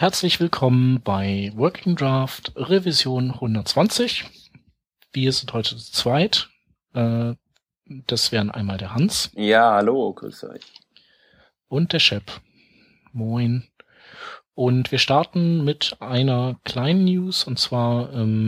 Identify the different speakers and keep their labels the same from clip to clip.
Speaker 1: Herzlich willkommen bei Working Draft Revision 120. Wir sind heute zu zweit. Das wären einmal der Hans.
Speaker 2: Ja, hallo, grüß euch.
Speaker 1: Und der Shep. Moin. Und wir starten mit einer kleinen News, und zwar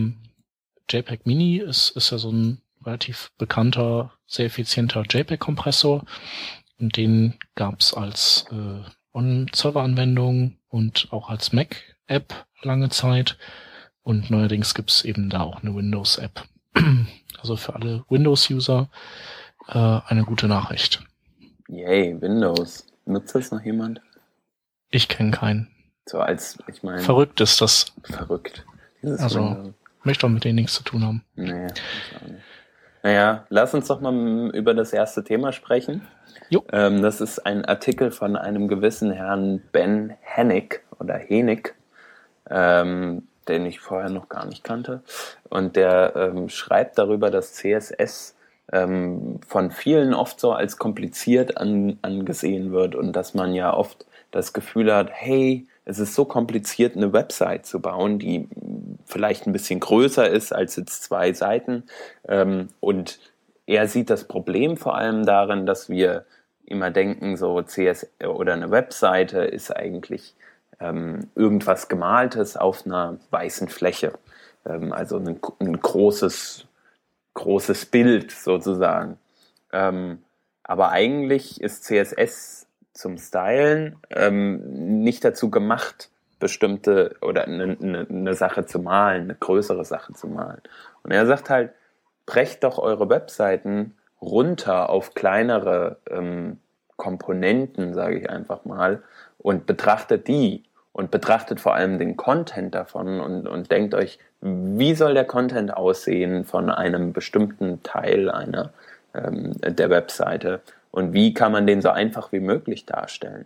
Speaker 1: JPEG Mini ist ja so ein relativ bekannter, sehr effizienter JPEG-Kompressor. Und den gab's als On-Server-Anwendung und auch als Mac-App lange Zeit. Und neuerdings gibt's eben da auch eine Windows-App. Also für alle Windows-User eine gute Nachricht.
Speaker 2: Yay, Windows. Nutzt das noch jemand?
Speaker 1: Ich kenne keinen.
Speaker 2: So als, ich meine...
Speaker 1: Verrückt ist das.
Speaker 2: Verrückt.
Speaker 1: Also,
Speaker 2: Windows.
Speaker 1: möchte auch mit denen nichts zu tun haben.
Speaker 2: Nee, ich auch nicht. Naja, lass uns doch mal über das erste Thema sprechen.
Speaker 1: Jo.
Speaker 2: Das ist ein Artikel von einem gewissen Herrn Ben Hennig oder Hennig, den ich vorher noch gar nicht kannte. Und der schreibt darüber, dass CSS von vielen oft so als kompliziert angesehen wird und dass man ja oft das Gefühl hat, hey, es ist so kompliziert, eine Website zu bauen, die vielleicht ein bisschen größer ist als jetzt 2 Seiten. Und er sieht das Problem vor allem darin, dass wir immer denken, so CSS oder eine Webseite ist eigentlich irgendwas Gemaltes auf einer weißen Fläche. Also ein großes Bild sozusagen. Aber eigentlich ist CSS zum Stylen nicht dazu gemacht, bestimmte oder eine Sache zu malen, eine größere Sache zu malen. Und er sagt halt, brecht doch eure Webseiten runter auf kleinere Komponenten, sage ich einfach mal, und betrachtet die und betrachtet vor allem den Content davon und denkt euch, wie soll der Content aussehen von einem bestimmten Teil der Webseite und wie kann man den so einfach wie möglich darstellen.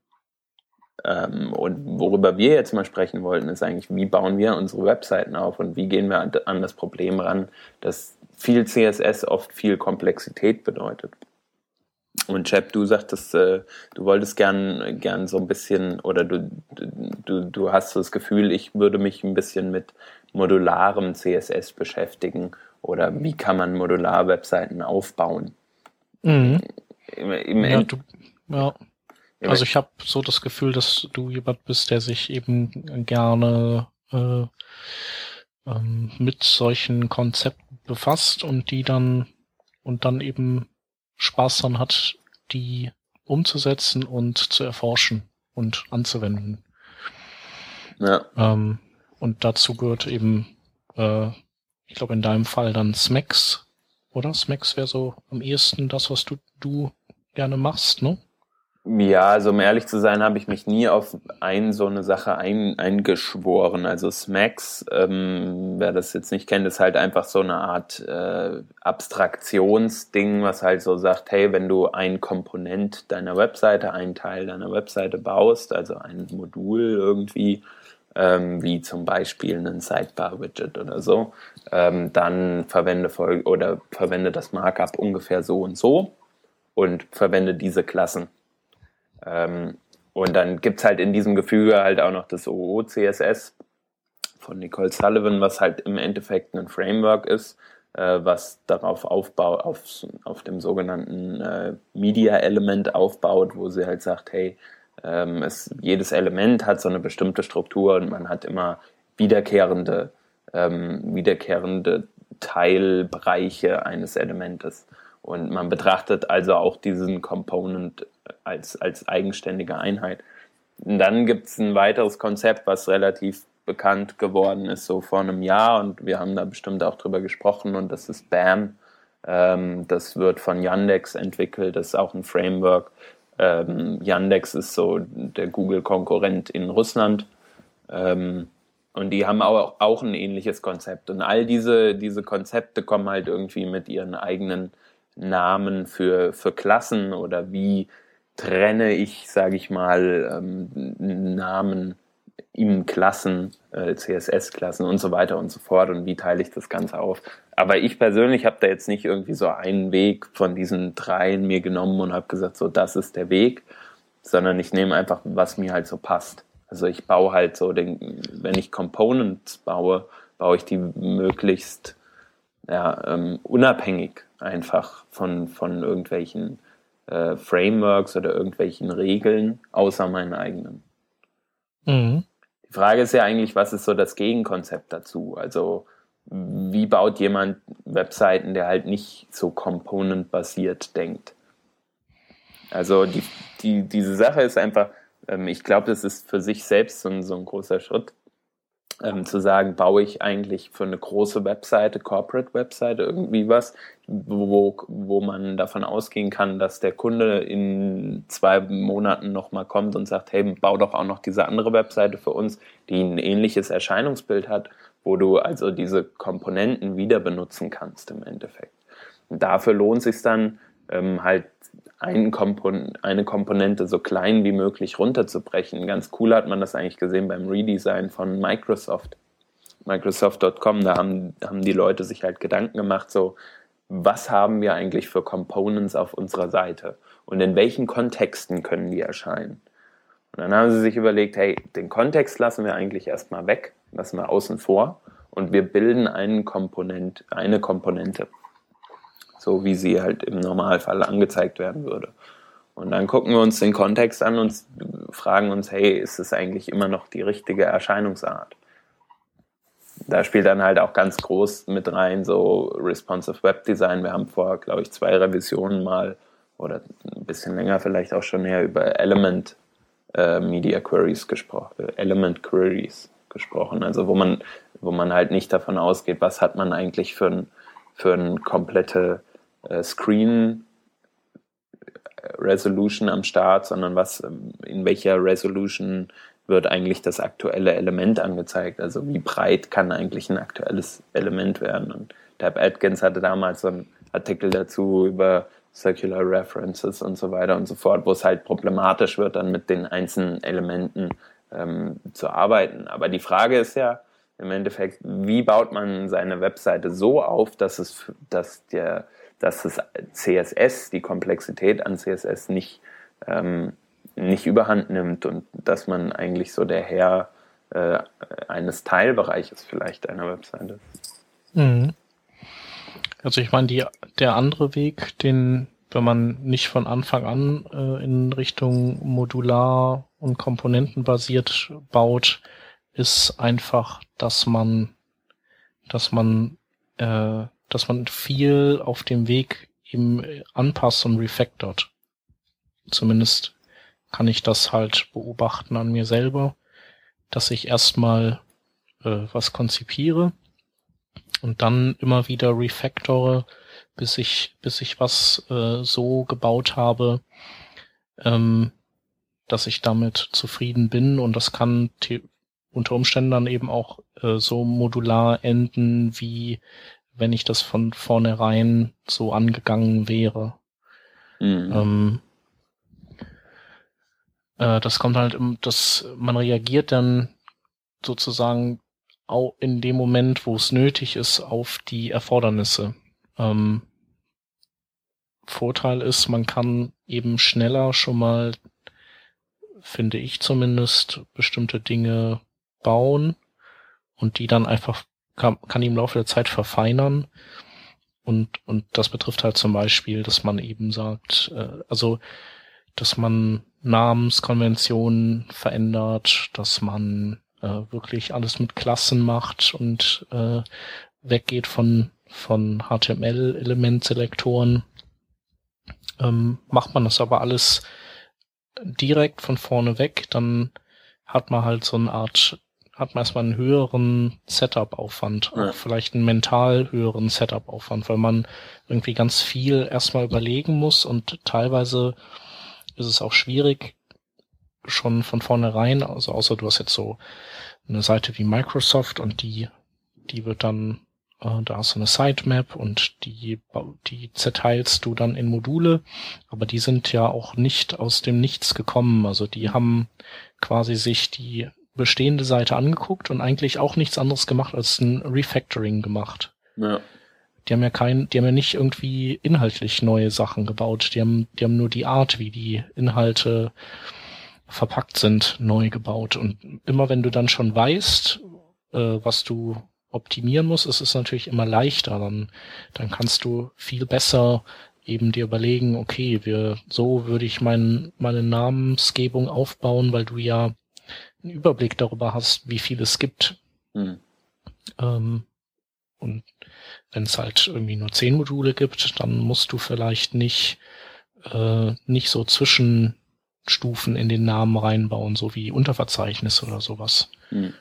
Speaker 2: Und worüber wir jetzt mal sprechen wollten, ist eigentlich, wie bauen wir unsere Webseiten auf und wie gehen wir an das Problem ran, dass viel CSS oft viel Komplexität bedeutet. Und Chap, du sagtest, du wolltest gern so ein bisschen, oder du hast so das Gefühl, ich würde mich ein bisschen mit modularem CSS beschäftigen oder wie kann man modular Webseiten aufbauen.
Speaker 1: Mhm. Also ich habe so das Gefühl, dass du jemand bist, der sich eben gerne mit solchen Konzepten befasst und dann eben Spaß dran hat, die umzusetzen und zu erforschen und anzuwenden.
Speaker 2: Ja.
Speaker 1: Und dazu gehört eben, ich glaube in deinem Fall dann Smax, oder? Smax wäre so am ehesten das, was du gerne machst, ne?
Speaker 2: Ja, also um ehrlich zu sein, habe ich mich nie auf so eine Sache eingeschworen. Also Smax, wer das jetzt nicht kennt, ist halt einfach so eine Art Abstraktionsding, was halt so sagt, hey, wenn du ein Komponent deiner Webseite, einen Teil deiner Webseite baust, also ein Modul irgendwie, wie zum Beispiel einen Sidebar-Widget oder so, dann verwende das Markup ungefähr so und verwende diese Klassen. Und dann gibt's halt in diesem Gefüge halt auch noch das OOCSS von Nicole Sullivan, was halt im Endeffekt ein Framework ist, was darauf aufbaut, auf dem sogenannten Media-Element aufbaut, wo sie halt sagt, hey, jedes Element hat so eine bestimmte Struktur und man hat immer wiederkehrende Teilbereiche eines Elementes. Und man betrachtet also auch diesen Component als eigenständige Einheit. Und dann gibt es ein weiteres Konzept, was relativ bekannt geworden ist, so vor einem Jahr, und wir haben da bestimmt auch drüber gesprochen, und das ist BAM. Das wird von Yandex entwickelt, das ist auch ein Framework. Yandex ist so der Google-Konkurrent in Russland. Und die haben auch ein ähnliches Konzept. Und all diese Konzepte kommen halt irgendwie mit ihren eigenen Namen für Klassen, oder wie trenne ich, sage ich mal, Namen in Klassen, CSS-Klassen und so weiter und so fort, und wie teile ich das Ganze auf. Aber ich persönlich habe da jetzt nicht irgendwie so einen Weg von diesen 3 mir genommen und habe gesagt, so, das ist der Weg, sondern ich nehme einfach, was mir halt so passt. Also ich baue halt so wenn ich Components baue ich die möglichst unabhängig einfach von irgendwelchen Frameworks oder irgendwelchen Regeln, außer meinen eigenen.
Speaker 1: Mhm.
Speaker 2: Die Frage ist ja eigentlich, was ist so das Gegenkonzept dazu? Also wie baut jemand Webseiten, der halt nicht so component-basiert denkt? Also diese Sache ist einfach, ich glaube, das ist für sich selbst so ein großer Schritt, zu sagen, baue ich eigentlich für eine große Webseite, Corporate-Webseite, irgendwie was, wo man davon ausgehen kann, dass der Kunde in 2 Monaten nochmal kommt und sagt, hey, bau doch auch noch diese andere Webseite für uns, die ein ähnliches Erscheinungsbild hat, wo du also diese Komponenten wieder benutzen kannst im Endeffekt. Und dafür lohnt es sich dann, halt eine Komponente so klein wie möglich runterzubrechen. Ganz cool hat man das eigentlich gesehen beim Redesign von Microsoft. Microsoft.com, da haben die Leute sich halt Gedanken gemacht, so, was haben wir eigentlich für Components auf unserer Seite und in welchen Kontexten können die erscheinen? Und dann haben sie sich überlegt, hey, den Kontext lassen wir eigentlich erstmal weg, lassen wir außen vor und wir bilden eine Komponente, so wie sie halt im Normalfall angezeigt werden würde. Und dann gucken wir uns den Kontext an und fragen uns, hey, ist es eigentlich immer noch die richtige Erscheinungsart? Da spielt dann halt auch ganz groß mit rein so Responsive Web Design. Wir haben vor, glaube ich, 2 Revisionen mal oder ein bisschen länger vielleicht auch schon näher über Element Media Queries gesprochen, Element Queries gesprochen. Also wo man halt nicht davon ausgeht, was hat man eigentlich für ein komplette Screen Resolution am Start, sondern in welcher Resolution wird eigentlich das aktuelle Element angezeigt. Also wie breit kann eigentlich ein aktuelles Element werden. Und Tab Atkins hatte damals so einen Artikel dazu über Circular References und so weiter und so fort, wo es halt problematisch wird, dann mit den einzelnen Elementen zu arbeiten. Aber die Frage ist ja im Endeffekt, wie baut man seine Webseite so auf, dass das CSS, die Komplexität an CSS nicht überhand nimmt und dass man eigentlich so der Herr eines Teilbereiches vielleicht einer Webseite ist.
Speaker 1: Mhm. Also ich meine, der andere Weg, wenn man nicht von Anfang an in Richtung modular und komponentenbasiert baut, ist einfach, dass man viel auf dem Weg eben anpasst und refactort. Zumindest kann ich das halt beobachten an mir selber, dass ich erstmal was konzipiere und dann immer wieder refactore, bis ich was so gebaut habe, dass ich damit zufrieden bin, und das kann unter Umständen dann eben auch so modular enden, wie wenn ich das von vornherein so angegangen wäre.
Speaker 2: Mhm.
Speaker 1: Das kommt halt, man reagiert dann sozusagen auch in dem Moment, wo es nötig ist, auf die Erfordernisse. Vorteil ist, man kann eben schneller schon mal, finde ich zumindest, bestimmte Dinge bauen und die dann einfach kann im Laufe der Zeit verfeinern. Und das betrifft halt zum Beispiel, dass man eben sagt, dass man Namenskonventionen verändert, dass man wirklich alles mit Klassen macht und weggeht von HTML-Elementselektoren. Macht man das aber alles direkt von vorne weg, dann hat man halt so eine Art, hat man erstmal einen höheren Setup-Aufwand, auch vielleicht einen mental höheren Setup-Aufwand, weil man irgendwie ganz viel erstmal überlegen muss, und teilweise ist es auch schwierig, schon von vornherein, also außer du hast jetzt so eine Seite wie Microsoft und die wird dann, da hast du eine Sitemap und die zerteilst du dann in Module, aber die sind ja auch nicht aus dem Nichts gekommen, also die haben quasi sich die bestehende Seite angeguckt und eigentlich auch nichts anderes gemacht als ein Refactoring gemacht.
Speaker 2: Ja.
Speaker 1: Die haben ja nicht irgendwie inhaltlich neue Sachen gebaut. Die haben nur die Art, wie die Inhalte verpackt sind, neu gebaut. Und immer wenn du dann schon weißt, was du optimieren musst, ist es natürlich immer leichter. Dann kannst du viel besser eben dir überlegen, okay, so würde ich meine Namensgebung aufbauen, weil du ja einen Überblick darüber hast, wie viel es gibt.
Speaker 2: Mhm.
Speaker 1: Und wenn es halt irgendwie nur 10 Module gibt, dann musst du vielleicht nicht so Zwischenstufen in den Namen reinbauen, so wie Unterverzeichnisse oder sowas.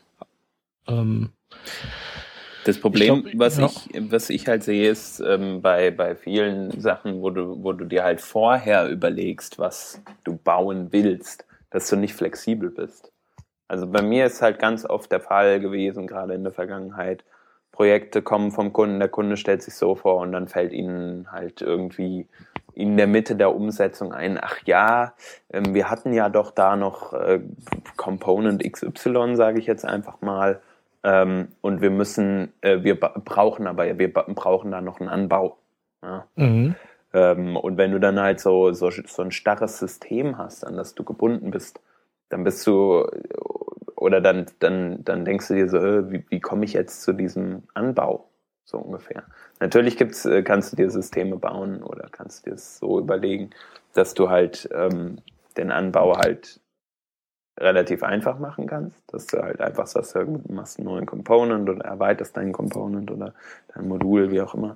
Speaker 2: Das Problem, was ich halt sehe, ist bei vielen Sachen, wo du dir halt vorher überlegst, was du bauen willst, dass du nicht flexibel bist. Also bei mir ist halt ganz oft der Fall gewesen, gerade in der Vergangenheit, Projekte kommen vom Kunden, der Kunde stellt sich so vor und dann fällt ihnen halt irgendwie in der Mitte der Umsetzung ein, ach ja, wir hatten ja doch da noch Component XY, sage ich jetzt einfach mal, und wir brauchen da noch einen Anbau. Ja? Und wenn du dann halt so ein starres System hast, an das du gebunden bist, dann bist du, oder dann denkst du dir so, wie komme ich jetzt zu diesem Anbau? So ungefähr. Natürlich kannst du dir Systeme bauen oder kannst dir es so überlegen, dass du halt den Anbau halt relativ einfach machen kannst, dass du halt einfach sagst, du machst einen neuen Component oder erweiterst deinen Component oder dein Modul, wie auch immer.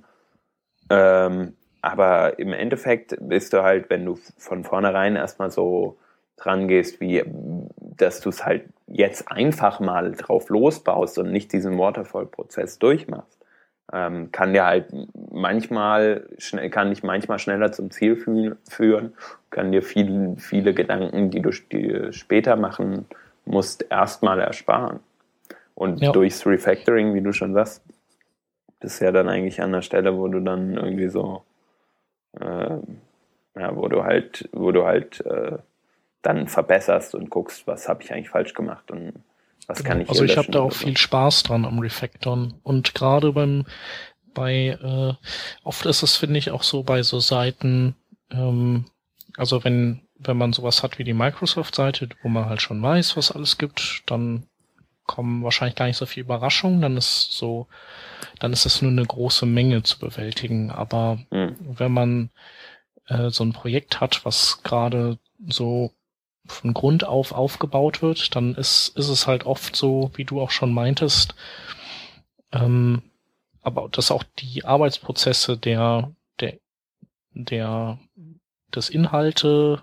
Speaker 2: Aber im Endeffekt bist du halt, wenn du von vornherein erstmal so dran gehst, dass du es halt jetzt einfach mal drauf losbaust und nicht diesen Waterfall-Prozess durchmachst, kann dich manchmal schneller zum Ziel führen, kann dir viele Gedanken, die du später machen musst, erstmal ersparen. Und durchs Refactoring, wie du schon sagst, bist ja dann eigentlich an der Stelle, wo du dann irgendwie so, wo du halt dann verbesserst und guckst, was habe ich eigentlich falsch gemacht und was kann ich hier
Speaker 1: Also ich habe da auch
Speaker 2: so.
Speaker 1: viel Spaß dran am Refactoren und gerade oft ist es, finde ich, auch so bei so Seiten, also wenn man sowas hat wie die Microsoft-Seite, wo man halt schon weiß, was alles gibt, dann kommen wahrscheinlich gar nicht so viel Überraschungen, dann ist es nur eine große Menge zu bewältigen. Aber wenn man so ein Projekt hat, was gerade so von Grund auf aufgebaut wird, dann ist es halt oft so, wie du auch schon meintest, aber dass auch die Arbeitsprozesse des Inhalte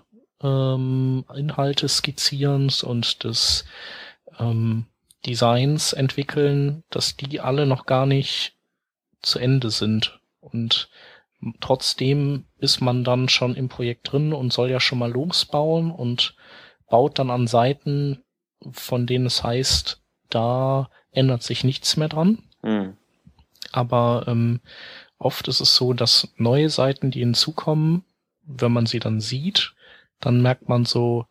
Speaker 1: skizzierens und des Designs entwickeln, dass die alle noch gar nicht zu Ende sind. Und trotzdem ist man dann schon im Projekt drin und soll ja schon mal losbauen und baut dann an Seiten, von denen es heißt, da ändert sich nichts mehr dran. Aber oft ist es so, dass neue Seiten, die hinzukommen, wenn man sie dann sieht, dann merkt man so,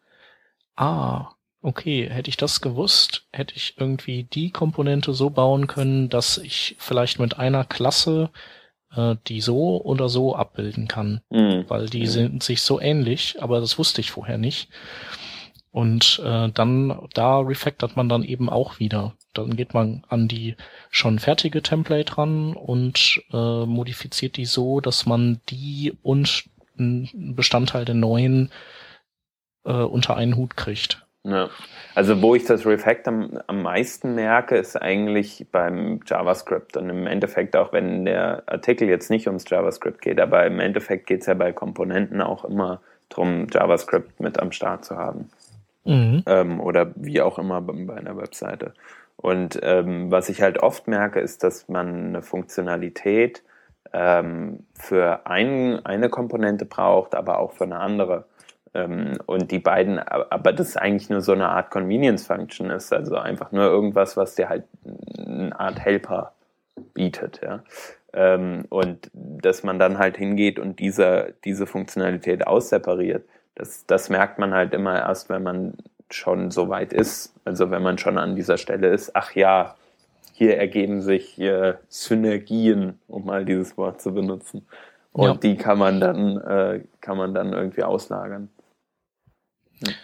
Speaker 1: okay, hätte ich das gewusst, hätte ich irgendwie die Komponente so bauen können, dass ich vielleicht mit einer Klasse die so oder so abbilden kann. Weil die sind sich so ähnlich, aber das wusste ich vorher nicht. Und dann da refactort man dann eben auch wieder. Dann geht man an die schon fertige Template ran und modifiziert die so, dass man die und einen Bestandteil der neuen unter einen Hut kriegt.
Speaker 2: Ja. Also wo ich das Refactor am meisten merke, ist eigentlich beim JavaScript. Und im Endeffekt auch, wenn der Artikel jetzt nicht ums JavaScript geht, aber im Endeffekt geht es ja bei Komponenten auch immer darum, JavaScript mit am Start zu haben. Oder wie auch immer bei einer Webseite. Und was ich halt oft merke, ist, dass man eine Funktionalität für eine Komponente braucht, aber auch für eine andere. Und die beiden, aber das eigentlich nur so eine Art Convenience-Function ist, also einfach nur irgendwas, was dir halt eine Art Helper bietet, ja. Und dass man dann halt hingeht und diese Funktionalität aussepariert, das merkt man halt immer erst, wenn man schon so weit ist, also wenn man schon an dieser Stelle ist, ach ja, hier ergeben sich Synergien, um mal dieses Wort zu benutzen. Und die kann man dann irgendwie auslagern.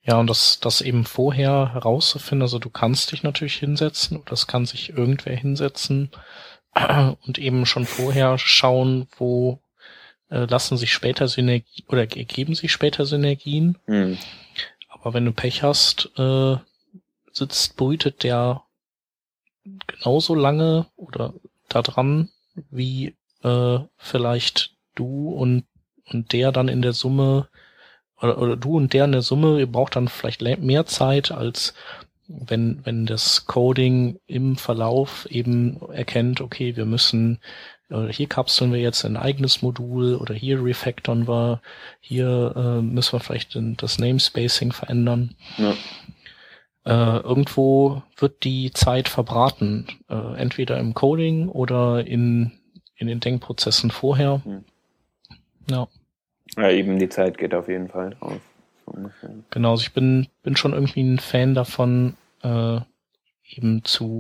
Speaker 1: Ja, und das eben vorher herauszufinden, also du kannst dich natürlich hinsetzen oder es kann sich irgendwer hinsetzen und eben schon vorher schauen, wo lassen sich später Synergien oder ergeben sich später Synergien. Aber wenn du Pech hast, brütet der genauso lange oder da dran, wie vielleicht du und der dann in der Summe oder du und der in der Summe, ihr braucht dann vielleicht mehr Zeit, als wenn das Coding im Verlauf eben erkennt, okay, wir müssen, hier kapseln wir jetzt ein eigenes Modul oder hier refactoren wir, hier müssen wir vielleicht das Namespacing verändern. Ja. Irgendwo wird die Zeit verbraten, entweder im Coding oder in den Denkprozessen vorher. Ja.
Speaker 2: Ja, eben die Zeit geht auf jeden Fall drauf.
Speaker 1: Genau, also ich bin schon irgendwie ein Fan davon, eben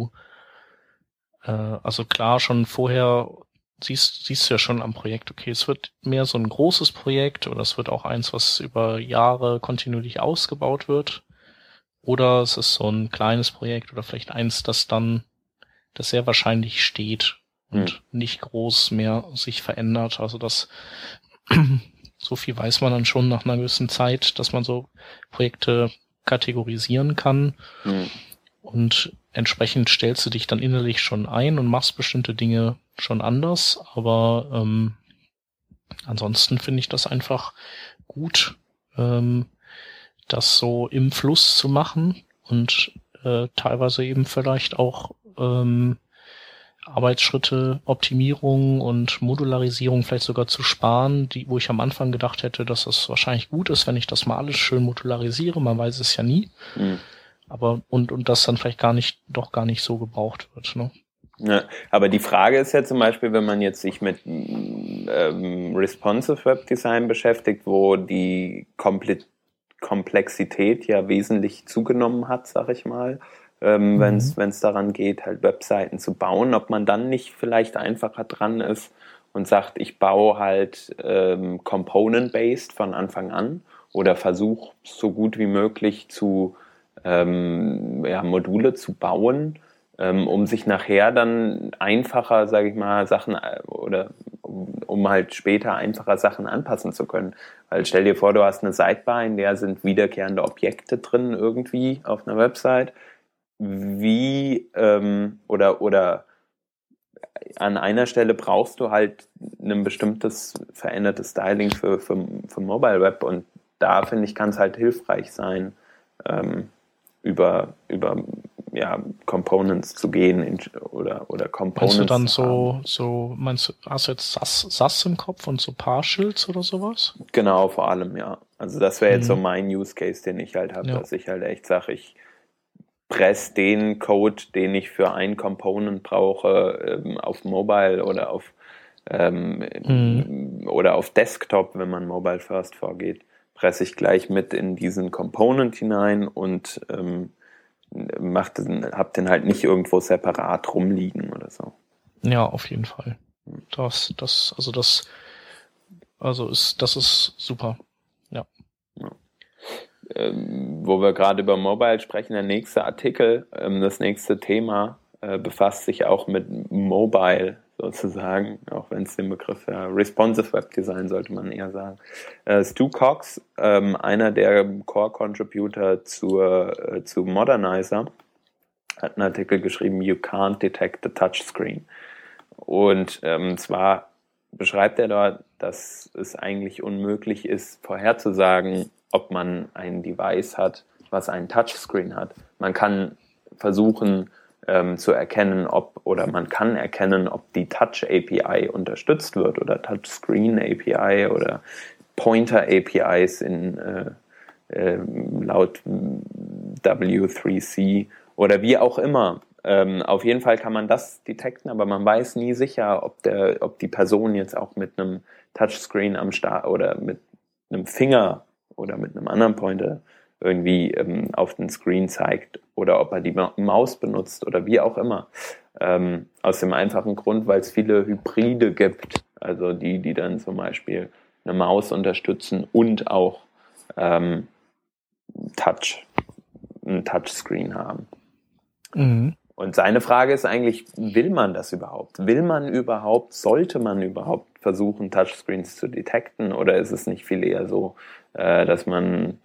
Speaker 1: also klar, schon vorher siehst du ja schon am Projekt, okay, es wird mehr so ein großes Projekt oder es wird auch eins, was über Jahre kontinuierlich ausgebaut wird. Oder es ist so ein kleines Projekt oder vielleicht eins, das sehr wahrscheinlich steht und nicht groß mehr sich verändert. Also so viel weiß man dann schon nach einer gewissen Zeit, dass man so Projekte kategorisieren kann. Und entsprechend stellst du dich dann innerlich schon ein und machst bestimmte Dinge schon anders. Aber ansonsten finde ich das einfach gut, das so im Fluss zu machen und teilweise eben vielleicht auch Arbeitsschritte, Optimierung und Modularisierung vielleicht sogar zu sparen, wo ich am Anfang gedacht hätte, dass das wahrscheinlich gut ist, wenn ich das mal alles schön modularisiere. Man weiß es ja nie. Aber und das dann vielleicht gar nicht so gebraucht wird. Ne?
Speaker 2: Ja, aber die Frage ist ja zum Beispiel, wenn man jetzt sich mit Responsive Web Design beschäftigt, wo die Komplexität ja wesentlich zugenommen hat, sag ich mal, wenn es daran geht, halt Webseiten zu bauen, ob man dann nicht vielleicht einfacher dran ist und sagt, ich baue halt component-based von Anfang an oder versuche so gut wie möglich Module zu bauen, um sich nachher dann einfacher, sage ich mal, Sachen oder um halt später einfacher Sachen anpassen zu können. Weil stell dir vor, du hast eine Sidebar, in der sind wiederkehrende Objekte drin irgendwie auf einer Website. Wie oder an einer Stelle brauchst du halt ein bestimmtes verändertes Styling für Mobile Web und da finde ich, kann es halt hilfreich sein, über Components zu gehen oder Components.
Speaker 1: Meinst du dann meinst du, hast du jetzt SAS im Kopf und so Partials oder sowas?
Speaker 2: Genau, vor allem, ja. Also das wäre jetzt so mein Use Case, den ich halt habe, dass ich halt echt sage, ich presse den Code, den ich für ein Component brauche, auf Mobile oder auf Desktop, wenn man Mobile First vorgeht, presse ich gleich mit in diesen Component hinein und hab den halt nicht irgendwo separat rumliegen oder so.
Speaker 1: Ja, auf jeden Fall. Das ist super. Ja.
Speaker 2: Wo wir gerade über Mobile sprechen, der nächste Artikel, das nächste Thema befasst sich auch mit Mobile sozusagen, auch wenn es den Begriff Responsive Web Design sollte man eher sagen. Stu Cox, einer der Core-Contributor zu Modernizer, hat einen Artikel geschrieben, You Can't Detect the Touchscreen. Und zwar beschreibt er dort, dass es eigentlich unmöglich ist, vorherzusagen, ob man ein Device hat, was einen Touchscreen hat. Man kann versuchen zu erkennen, ob die Touch API unterstützt wird oder Touchscreen API oder Pointer APIs laut W3C oder wie auch immer. Auf jeden Fall kann man das detekten, aber man weiß nie sicher, ob die Person jetzt auch mit einem Touchscreen am Start oder mit einem Finger oder mit einem anderen Pointer irgendwie auf den Screen zeigt oder ob er die Maus benutzt oder wie auch immer. Aus dem einfachen Grund, weil es viele Hybride gibt, also die dann zum Beispiel eine Maus unterstützen und auch ein Touchscreen haben.
Speaker 1: Mhm.
Speaker 2: Und seine Frage ist eigentlich, will man das überhaupt? Sollte man überhaupt versuchen, Touchscreens zu detekten? Oder ist es nicht viel eher so, dass man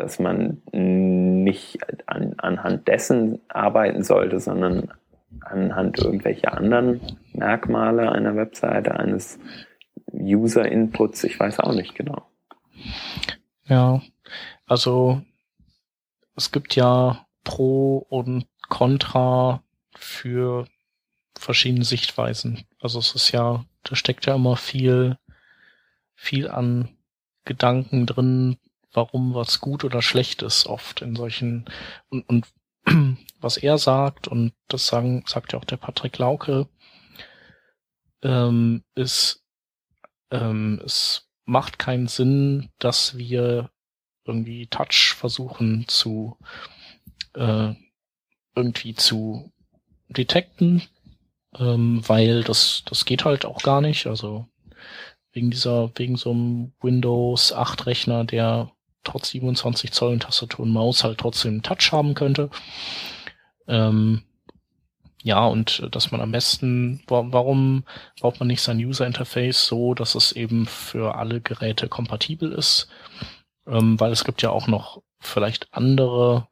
Speaker 2: nicht anhand dessen arbeiten sollte, sondern anhand irgendwelcher anderen Merkmale einer Webseite, eines User-Inputs? Ich weiß auch nicht genau.
Speaker 1: Ja, also es gibt ja Pro und Contra für verschiedene Sichtweisen. Also es ist ja, da steckt ja immer viel an Gedanken drin, warum was gut oder schlecht ist, oft in solchen und was er sagt, und das sagt ja auch der Patrick Lauke, ist, es macht keinen Sinn, dass wir irgendwie Touch versuchen irgendwie zu detekten, weil das geht halt auch gar nicht. Also wegen so einem Windows 8 Rechner, der trotz 27 Zoll und Tastatur und Maus halt trotzdem Touch haben könnte. Ja, und dass man am besten, warum baut man nicht sein User Interface so, dass es eben für alle Geräte kompatibel ist? Weil es gibt ja auch noch vielleicht andere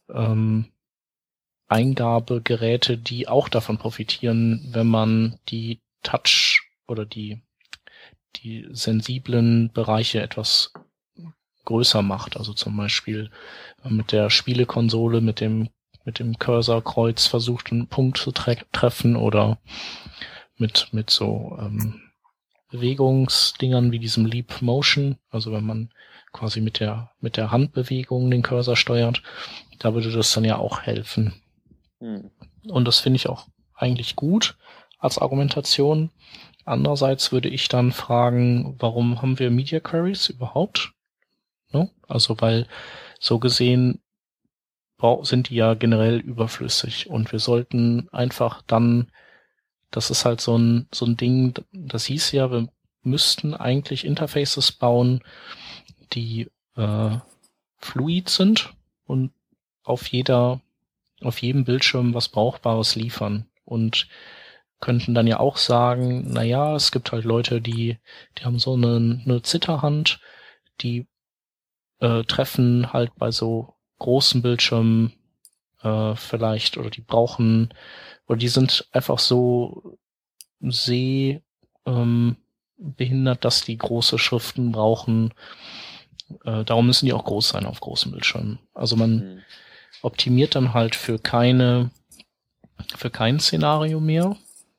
Speaker 1: Eingabegeräte, die auch davon profitieren, wenn man die Touch oder die sensiblen Bereiche etwas größer macht. Also zum Beispiel mit der Spielekonsole, mit dem Cursor-Kreuz versucht, einen Punkt zu treffen, oder mit so Bewegungsdingern wie diesem Leap Motion, also wenn man quasi mit der Handbewegung den Cursor steuert, da würde das dann ja auch helfen. Und das finde ich auch eigentlich gut als Argumentation. Andererseits würde ich dann fragen, warum haben wir Media Queries überhaupt? No? Also weil so gesehen sind die ja generell überflüssig, und wir sollten einfach dann, das ist halt so ein Ding, das hieß ja, wir müssten eigentlich Interfaces bauen, die fluid sind und auf jedem Bildschirm was Brauchbares liefern, und könnten dann ja auch sagen, naja, es gibt halt Leute, die haben so eine Zitterhand, die treffen halt bei so großen Bildschirmen vielleicht, oder die brauchen, oder die sind einfach so behindert, dass die große Schriften brauchen. Darum müssen die auch groß sein auf großen Bildschirmen. Also man optimiert dann halt für kein Szenario mehr.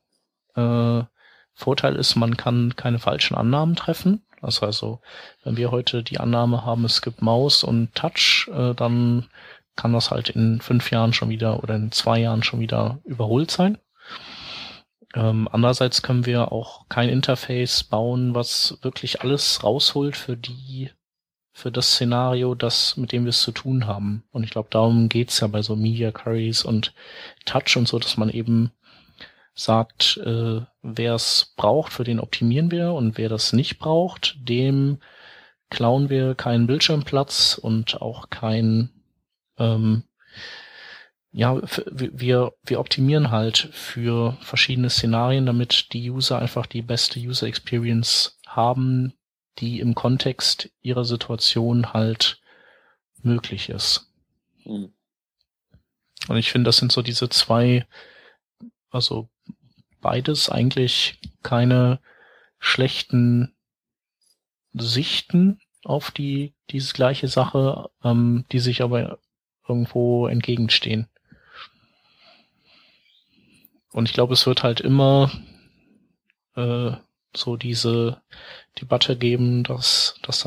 Speaker 1: Vorteil ist, man kann keine falschen Annahmen treffen. Also wenn wir heute die Annahme haben, es gibt Maus und Touch, dann kann das halt in 5 Jahren schon wieder oder in 2 Jahren schon wieder überholt sein. Andererseits können wir auch kein Interface bauen, was wirklich alles rausholt für das Szenario, mit dem wir es zu tun haben. Und ich glaube, darum geht's ja bei so Media Queries und Touch und so, dass man eben sagt, wer es braucht, für den optimieren wir, und wer das nicht braucht, dem klauen wir keinen Bildschirmplatz und auch wir optimieren halt für verschiedene Szenarien, damit die User einfach die beste User Experience haben, die im Kontext ihrer Situation halt möglich ist. Und ich finde, das sind so diese zwei, also beides eigentlich keine schlechten Sichten auf diese gleiche Sache, die sich aber irgendwo entgegenstehen. Und ich glaube, es wird halt immer so diese Debatte geben, dass das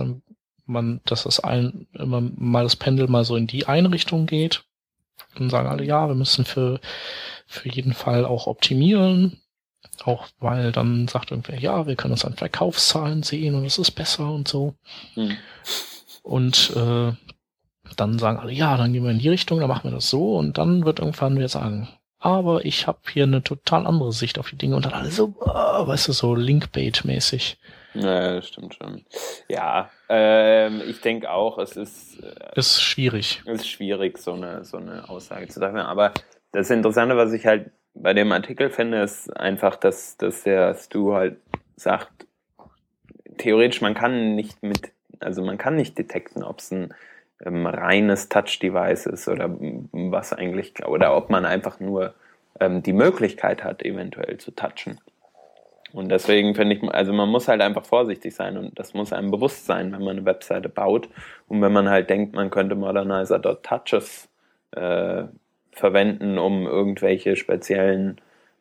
Speaker 1: immer mal das Pendel mal so in die eine Richtung geht. Dann sagen alle, ja, wir müssen für jeden Fall auch optimieren. Auch weil dann sagt irgendwer, ja, wir können uns an Verkaufszahlen sehen und es ist besser und so. Und dann sagen alle, ja, dann gehen wir in die Richtung, dann machen wir das so, und dann wird irgendwann wer sagen, aber ich habe hier eine total andere Sicht auf die Dinge, und dann alle so, weißt du, so Linkbait-mäßig.
Speaker 2: Ja, das stimmt schon. Ja, ich denke auch, es ist
Speaker 1: schwierig.
Speaker 2: Es ist schwierig, so eine Aussage zu treffen. Aber das Interessante, was ich halt bei dem Artikel finde, ist einfach, dass der Stu halt sagt, theoretisch, man kann nicht detekten, ob es ein reines Touch-Device ist oder was eigentlich, oder ob man einfach nur die Möglichkeit hat, eventuell zu touchen. Und deswegen finde ich, also man muss halt einfach vorsichtig sein und das muss einem bewusst sein, wenn man eine Webseite baut und wenn man halt denkt, man könnte Modernizer.touches verwenden, um irgendwelche speziellen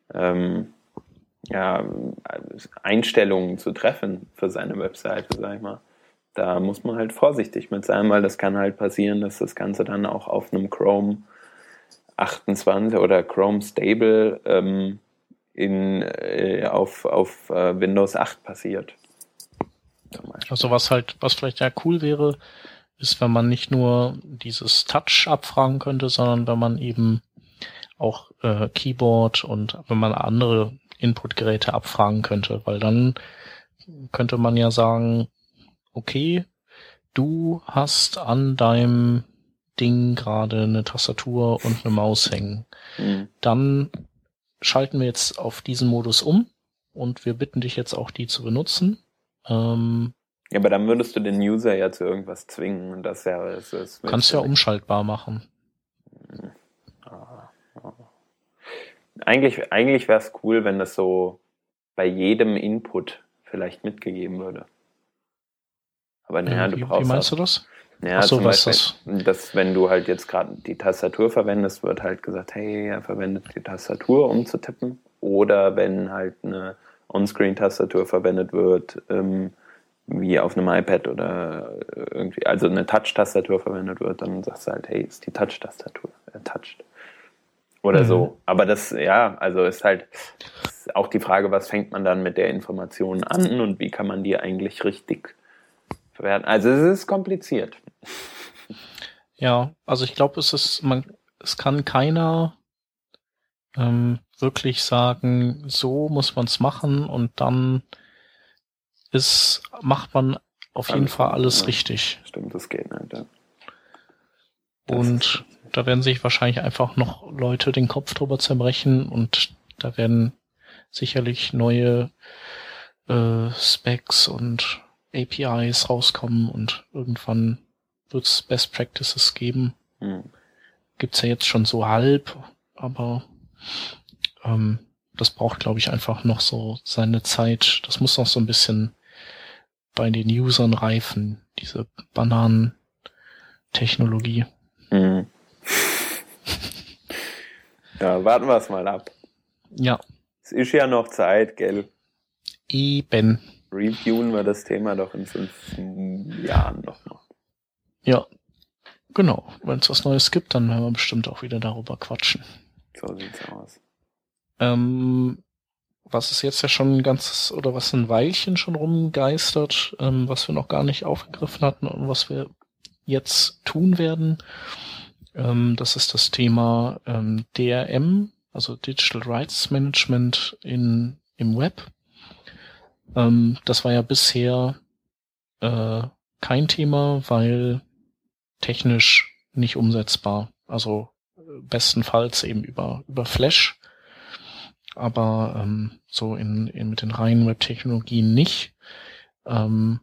Speaker 2: Einstellungen zu treffen für seine Webseite, sag ich mal. Da muss man halt vorsichtig mit sein, weil das kann halt passieren, dass das Ganze dann auch auf einem Chrome 28 oder Chrome Stable auf Windows 8 passiert.
Speaker 1: Also was vielleicht ja cool wäre, ist, wenn man nicht nur dieses Touch abfragen könnte, sondern wenn man eben auch Keyboard und wenn man andere Inputgeräte abfragen könnte, weil dann könnte man ja sagen, okay, du hast an deinem Ding gerade eine Tastatur und eine Maus hängen. Dann schalten wir jetzt auf diesen Modus um und wir bitten dich jetzt auch, die zu benutzen.
Speaker 2: Ja, aber dann würdest du den User ja zu irgendwas zwingen und das
Speaker 1: kannst ja umschaltbar machen.
Speaker 2: Eigentlich wäre es cool, wenn das so bei jedem Input vielleicht mitgegeben würde. Aber naja, du brauchst.
Speaker 1: Wie meinst du das?
Speaker 2: Ja,
Speaker 1: so,
Speaker 2: zum Beispiel, dass wenn du halt jetzt gerade die Tastatur verwendest, wird halt gesagt, hey, er verwendet die Tastatur, um zu tippen. Oder wenn halt eine On-Screen-Tastatur verwendet wird, wie auf einem iPad oder irgendwie, also eine Touch-Tastatur verwendet wird, dann sagst du halt, hey, ist die Touch-Tastatur, er toucht. Oder so. Aber das, also ist halt ist auch die Frage, was fängt man dann mit der Information an und wie kann man die eigentlich richtig verwerten. Also es ist kompliziert.
Speaker 1: Ja, also ich glaube, es kann keiner wirklich sagen, so muss man es machen und dann macht man auf jeden Fall alles richtig.
Speaker 2: Stimmt, das geht nicht. Ja.
Speaker 1: Und da werden sich wahrscheinlich einfach noch Leute den Kopf drüber zerbrechen und da werden sicherlich neue Specs und APIs rauskommen und irgendwann wird es Best Practices geben. Gibt's ja jetzt schon so halb, aber das braucht, glaube ich, einfach noch so seine Zeit. Das muss noch so ein bisschen bei den Usern reifen, diese Bananentechnologie.
Speaker 2: Ja, warten wir es mal ab.
Speaker 1: Ja.
Speaker 2: Es ist ja noch Zeit, gell?
Speaker 1: Eben.
Speaker 2: Reviewen wir das Thema doch in 5 Jahren noch mal.
Speaker 1: Ja, genau. Wenn es was Neues gibt, dann werden wir bestimmt auch wieder darüber quatschen.
Speaker 2: So sieht's aus.
Speaker 1: Was ist jetzt ja schon was ein Weilchen schon rumgeistert, was wir noch gar nicht aufgegriffen hatten und was wir jetzt tun werden, das ist das Thema DRM, also Digital Rights Management im Web. Das war ja bisher kein Thema, weil technisch nicht umsetzbar. Also bestenfalls eben über Flash, aber so mit den reinen Web-Technologien nicht. Und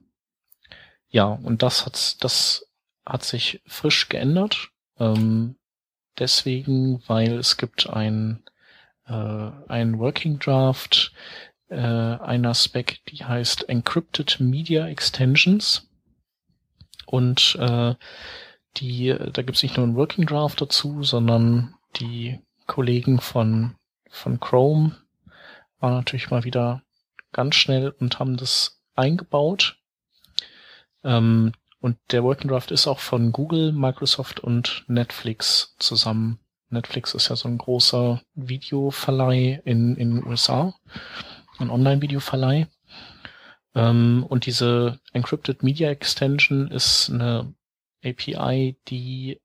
Speaker 1: das hat sich frisch geändert. Deswegen, weil es gibt ein Working Draft einer Spec, die heißt Encrypted Media Extensions. Und da gibt's nicht nur einen Working Draft dazu, sondern die Kollegen von Chrome waren natürlich mal wieder ganz schnell und haben das eingebaut. Und der Working Draft ist auch von Google, Microsoft und Netflix zusammen. Netflix ist ja so ein großer Videoverleih in den USA, ein Online-Videoverleih. Und diese Encrypted Media Extension ist eine API, die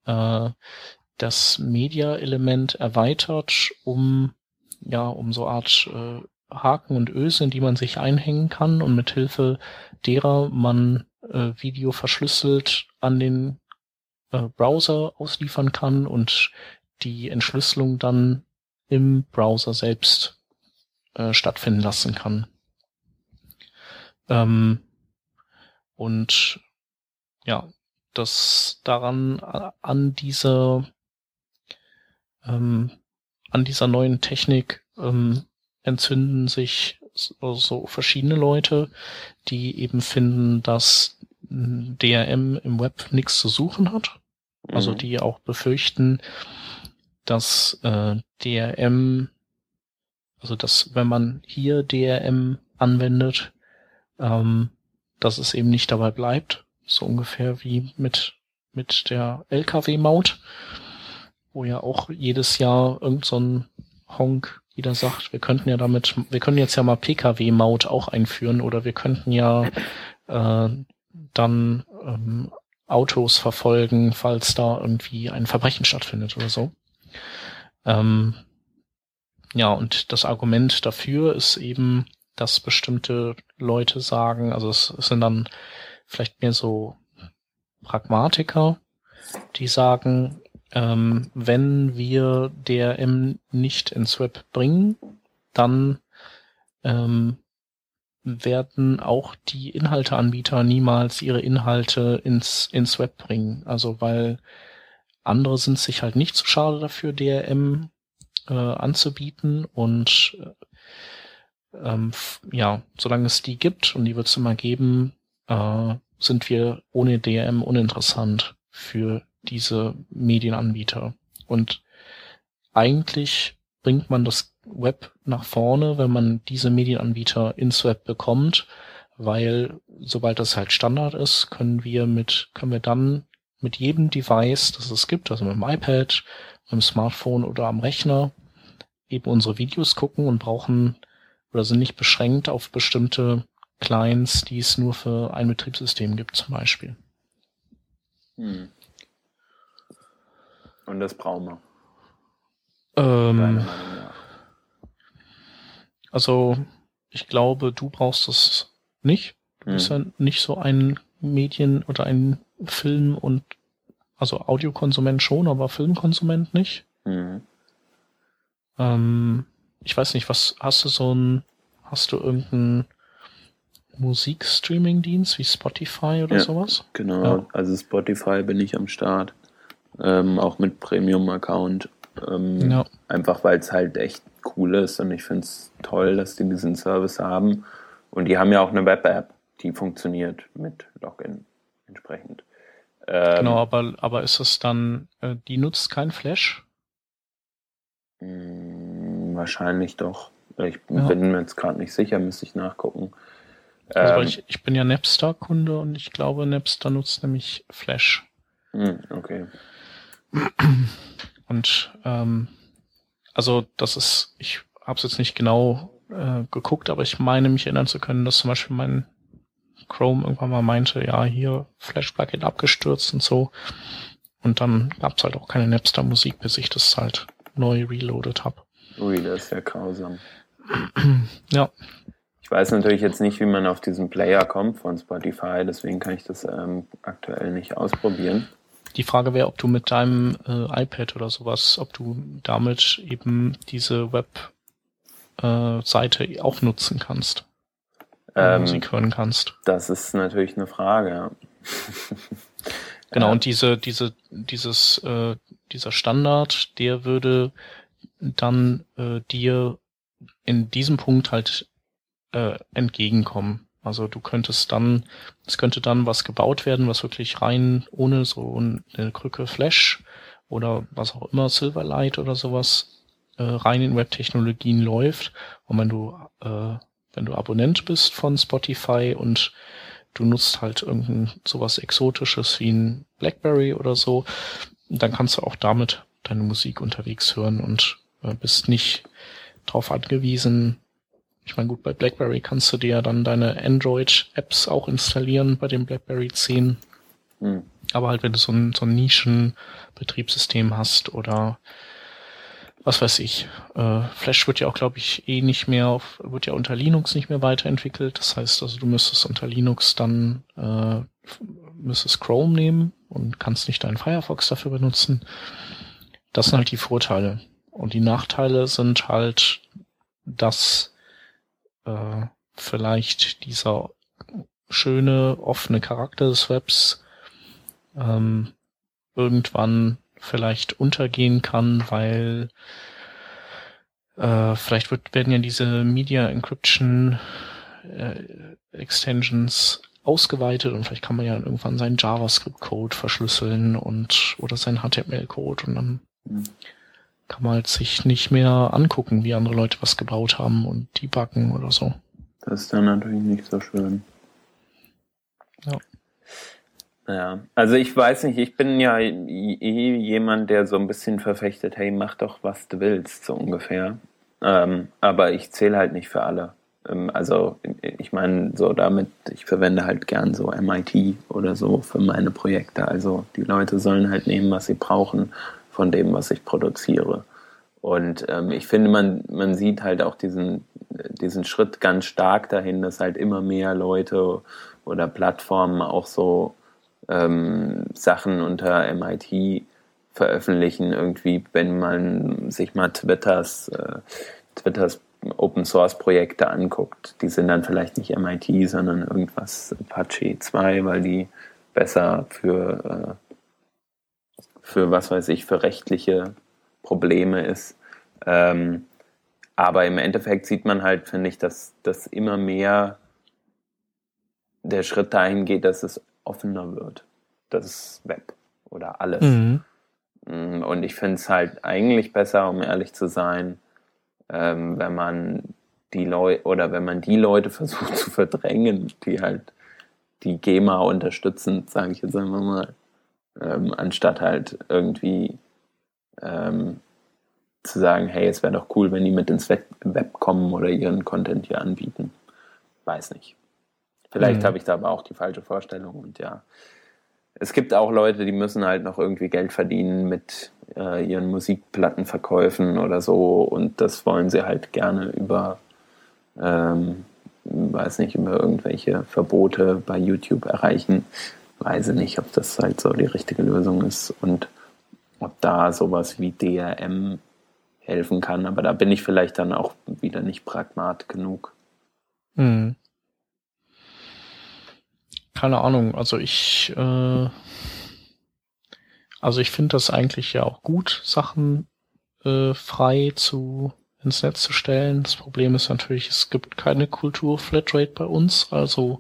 Speaker 1: das Media-Element erweitert, um so Art Haken und Ösen, die man sich einhängen kann und mit Hilfe derer man Video verschlüsselt an den Browser ausliefern kann und die Entschlüsselung dann im Browser selbst stattfinden lassen kann. Und ja, das daran an dieser neuen Technik entzünden sich so verschiedene Leute, die eben finden, dass DRM im Web nichts zu suchen hat. Also die auch befürchten, dass DRM, also dass wenn man hier DRM anwendet, dass es eben nicht dabei bleibt. So ungefähr wie mit der LKW-Maut, wo ja auch jedes Jahr irgend so ein Honk jeder sagt, wir können jetzt ja mal PKW-Maut auch einführen oder wir könnten ja dann Autos verfolgen, falls da irgendwie ein Verbrechen stattfindet oder so. Ja, und das Argument dafür ist eben, dass bestimmte Leute sagen, also es sind dann vielleicht mehr so Pragmatiker, die sagen, wenn wir DRM nicht ins Web bringen, dann werden auch die Inhalteanbieter niemals ihre Inhalte ins Web bringen. Also weil andere sind sich halt nicht zu schade dafür, DRM anzubieten und ja, solange es die gibt, und die wird es immer geben, sind wir ohne DRM uninteressant für diese Medienanbieter. Und eigentlich bringt man das Web nach vorne, wenn man diese Medienanbieter ins Web bekommt, weil sobald das halt Standard ist, können wir dann mit jedem Device, das es gibt, also mit dem iPad, mit dem Smartphone oder am Rechner, eben unsere Videos gucken und brauchen oder sind nicht beschränkt auf bestimmte Clients, die es nur für ein Betriebssystem gibt, zum Beispiel.
Speaker 2: Und das brauchen wir.
Speaker 1: Also, ich glaube, du brauchst es nicht. Du bist ja nicht so ein Medien- oder ein Film- und also Audiokonsument schon, aber Filmkonsument nicht. Ich weiß nicht, hast du irgendeinen Musikstreaming-Dienst wie Spotify oder sowas?
Speaker 2: Genau,
Speaker 1: ja.
Speaker 2: Also Spotify bin ich am Start, auch mit Premium-Account, einfach weil es halt echt cool ist und ich finde es toll, dass die diesen Service haben und die haben ja auch eine Web-App, die funktioniert mit Login entsprechend.
Speaker 1: Genau, aber ist es dann, die nutzt kein Flash?
Speaker 2: Wahrscheinlich doch. Ich bin mir jetzt gerade nicht sicher, müsste ich nachgucken.
Speaker 1: Also ich bin ja Napster-Kunde und ich glaube, Napster nutzt nämlich Flash.
Speaker 2: Okay.
Speaker 1: Und also ich habe es jetzt nicht genau geguckt, aber ich meine mich erinnern zu können, dass zum Beispiel mein Chrome irgendwann mal meinte, ja, hier Flash-Plugin abgestürzt und so. Und dann gab es halt auch keine Napster-Musik, bis ich das halt neu reloadet habe.
Speaker 2: Ui, das ist ja grausam.
Speaker 1: Ja.
Speaker 2: Ich weiß natürlich jetzt nicht, wie man auf diesen Player kommt von Spotify, deswegen kann ich das aktuell nicht ausprobieren.
Speaker 1: Die Frage wäre, ob du mit deinem iPad oder sowas, ob du damit eben diese Web-Seite auch nutzen kannst. Musik hören kannst.
Speaker 2: Das ist natürlich eine Frage, ja.
Speaker 1: Genau, und dieser Standard, der würde dann dir in diesem Punkt halt entgegenkommen. Also es könnte dann was gebaut werden, was wirklich rein ohne so eine Krücke Flash oder was auch immer, Silverlight oder sowas, rein in Webtechnologien läuft. Und wenn du Abonnent bist von Spotify und du nutzt halt irgendein sowas Exotisches wie ein BlackBerry oder so, dann kannst du auch damit deine Musik unterwegs hören und bist nicht drauf angewiesen. Ich meine, gut, bei BlackBerry kannst du dir dann deine Android-Apps auch installieren bei dem BlackBerry 10. Aber halt, wenn du so ein Nischen-Betriebssystem hast oder was weiß ich, Flash wird ja auch, glaube ich, nicht mehr wird ja unter Linux nicht mehr weiterentwickelt. Das heißt also, du müsstest unter Linux dann müsstest Chrome nehmen und kannst nicht deinen Firefox dafür benutzen. Das sind halt die Vorteile. Und die Nachteile sind halt, dass vielleicht dieser schöne, offene Charakter des Webs irgendwann vielleicht untergehen kann, weil vielleicht werden ja diese Media Encryption Extensions ausgeweitet und vielleicht kann man ja irgendwann seinen JavaScript-Code verschlüsseln oder seinen HTML-Code und dann kann man halt sich nicht mehr angucken, wie andere Leute was gebaut haben und debuggen oder so.
Speaker 2: Das ist dann natürlich nicht so schön.
Speaker 1: Ja.
Speaker 2: Ja, also ich weiß nicht, ich bin ja jemand, der so ein bisschen verfechtet, hey, mach doch, was du willst, so ungefähr. Aber ich zähle halt nicht für alle. Also ich meine, so damit, ich verwende halt gern so MIT oder so für meine Projekte. Also die Leute sollen halt nehmen, was sie brauchen von dem, was ich produziere. Und ich finde, man sieht halt auch diesen Schritt ganz stark dahin, dass halt immer mehr Leute oder Plattformen auch so Sachen unter MIT veröffentlichen, irgendwie, wenn man sich mal Twitters Open Source Projekte anguckt. Die sind dann vielleicht nicht MIT, sondern irgendwas Apache 2, weil die besser für was weiß ich, für rechtliche Probleme ist. Aber im Endeffekt sieht man halt, finde ich, dass immer mehr der Schritt dahin geht, dass es offener wird. Das Web oder alles.
Speaker 1: Mhm.
Speaker 2: Und ich finde es halt eigentlich besser, um ehrlich zu sein, wenn man die Leute versucht zu verdrängen, die halt die GEMA unterstützen, sage ich jetzt einfach mal, anstatt halt irgendwie zu sagen, hey, es wäre doch cool, wenn die mit ins Web kommen oder ihren Content hier anbieten. Weiß nicht. Vielleicht habe ich da aber auch die falsche Vorstellung und ja. Es gibt auch Leute, die müssen halt noch irgendwie Geld verdienen mit ihren Musikplattenverkäufen oder so und das wollen sie halt gerne über weiß nicht, über irgendwelche Verbote bei YouTube erreichen. Weiß nicht, ob das halt so die richtige Lösung ist und ob da sowas wie DRM helfen kann, aber da bin ich vielleicht dann auch wieder nicht pragmat genug.
Speaker 1: Keine Ahnung, also ich finde das eigentlich ja auch gut, Sachen frei ins Netz zu stellen. Das Problem ist natürlich, es gibt keine Kultur-Flatrate bei uns, also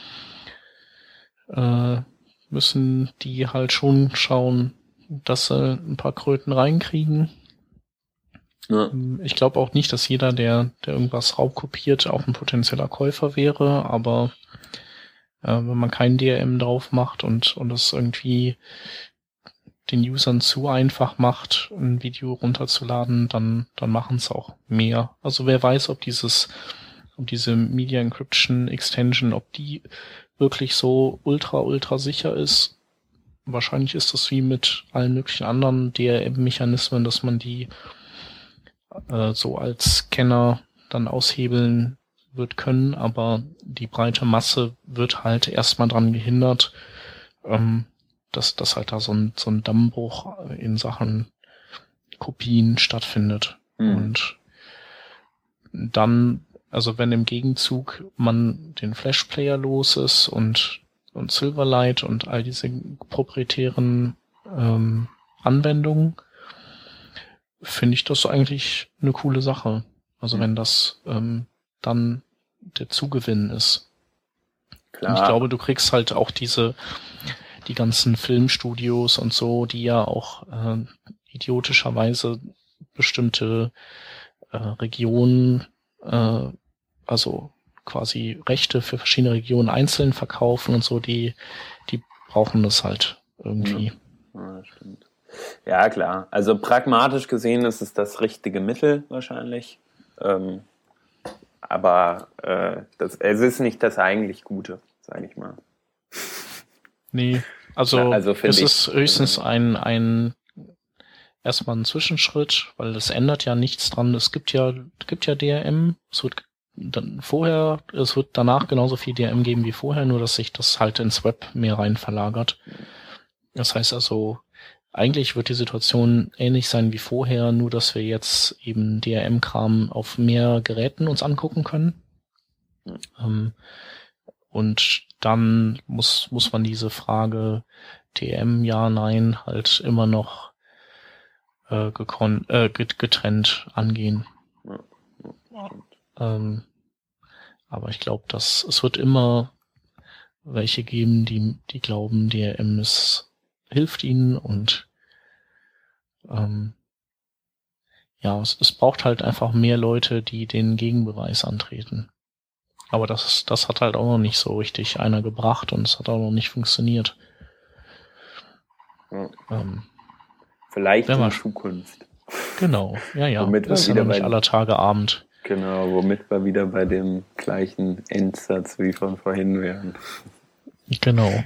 Speaker 1: müssen die halt schon schauen, dass sie ein paar Kröten reinkriegen.
Speaker 2: Ja.
Speaker 1: Ich glaube auch nicht, dass jeder, der irgendwas raubkopiert, auch ein potenzieller Käufer wäre, aber wenn man kein DRM drauf macht und es irgendwie den Usern zu einfach macht, ein Video runterzuladen, dann machen es auch mehr. Also wer weiß, ob diese Media Encryption Extension, ob die wirklich so ultra sicher ist. Wahrscheinlich ist das wie mit allen möglichen anderen DRM-Mechanismen, dass man die so als Scanner dann aushebeln wird können, aber die breite Masse wird halt erstmal dran gehindert, dass halt da so ein Dammbruch in Sachen Kopien stattfindet. Und dann, also wenn im Gegenzug man den Flash-Player los ist und Silverlight und all diese proprietären Anwendungen, finde ich das eigentlich eine coole Sache. Also wenn das dann der Zugewinn ist.
Speaker 2: Klar.
Speaker 1: Und ich glaube, du kriegst halt auch die ganzen Filmstudios und so, die ja auch idiotischerweise bestimmte Regionen, also quasi Rechte für verschiedene Regionen einzeln verkaufen und so, die brauchen das halt irgendwie.
Speaker 2: Ja, das stimmt. Ja, klar. Also pragmatisch gesehen ist es das richtige Mittel wahrscheinlich. Aber es ist nicht das eigentlich Gute, sage ich mal.
Speaker 1: Nee, also es ist höchstens ein erstmal ein Zwischenschritt, weil das ändert ja nichts dran. Es gibt ja DRM, es wird danach genauso viel DRM geben wie vorher, nur dass sich das halt ins Web mehr rein verlagert. Das heißt also, eigentlich wird die Situation ähnlich sein wie vorher, nur dass wir jetzt eben DRM-Kram auf mehr Geräten uns angucken können. Und dann muss man diese Frage DRM, ja, nein, halt immer noch getrennt angehen. Aber ich glaube, es wird immer welche geben, die glauben, DRM hilft ihnen und es braucht halt einfach mehr Leute, die den Gegenbeweis antreten. Aber das hat halt auch noch nicht so richtig einer gebracht und es hat auch noch nicht funktioniert.
Speaker 2: Vielleicht in Zukunft.
Speaker 1: Genau, ja.
Speaker 2: Womit
Speaker 1: das ist ja noch nicht aller Tage Abend.
Speaker 2: Genau, womit wir wieder bei dem gleichen Endsatz wie von vorhin wären.
Speaker 1: Genau.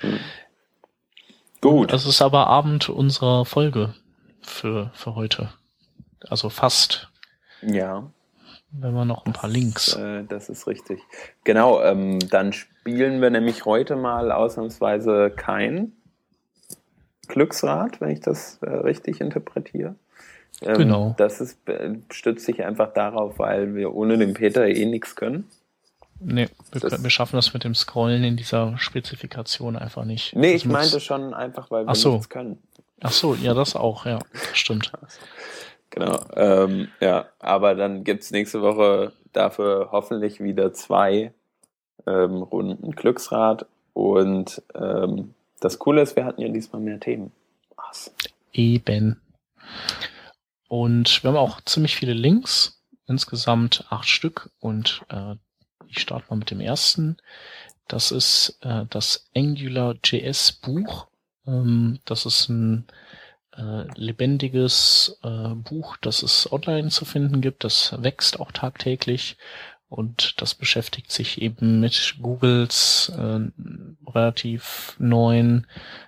Speaker 2: Gut.
Speaker 1: Es ist aber Abend unserer Folge für heute. Also fast.
Speaker 2: Ja.
Speaker 1: Wenn wir noch ein paar Links.
Speaker 2: Das ist richtig. Genau, dann spielen wir nämlich heute mal ausnahmsweise kein Glücksrad, wenn ich das richtig interpretiere.
Speaker 1: Genau.
Speaker 2: Das stützt sich einfach darauf, weil wir ohne den Peter nichts können.
Speaker 1: Nee, wir schaffen das mit dem Scrollen in dieser Spezifikation einfach nicht.
Speaker 2: Nee, ich meinte schon einfach, weil wir nichts können.
Speaker 1: Ach so, ja, das auch, ja, stimmt.
Speaker 2: Genau, aber dann gibt's nächste Woche dafür hoffentlich wieder 2 Runden Glücksrad und das Coole ist, wir hatten ja diesmal mehr Themen. Was?
Speaker 1: Eben. Und wir haben auch ziemlich viele Links, insgesamt 8 Stück und ich starte mal mit dem ersten. Das ist das AngularJS Buch. Das ist ein lebendiges Buch, das es online zu finden gibt. Das wächst auch tagtäglich und das beschäftigt sich eben mit Googles relativ neuen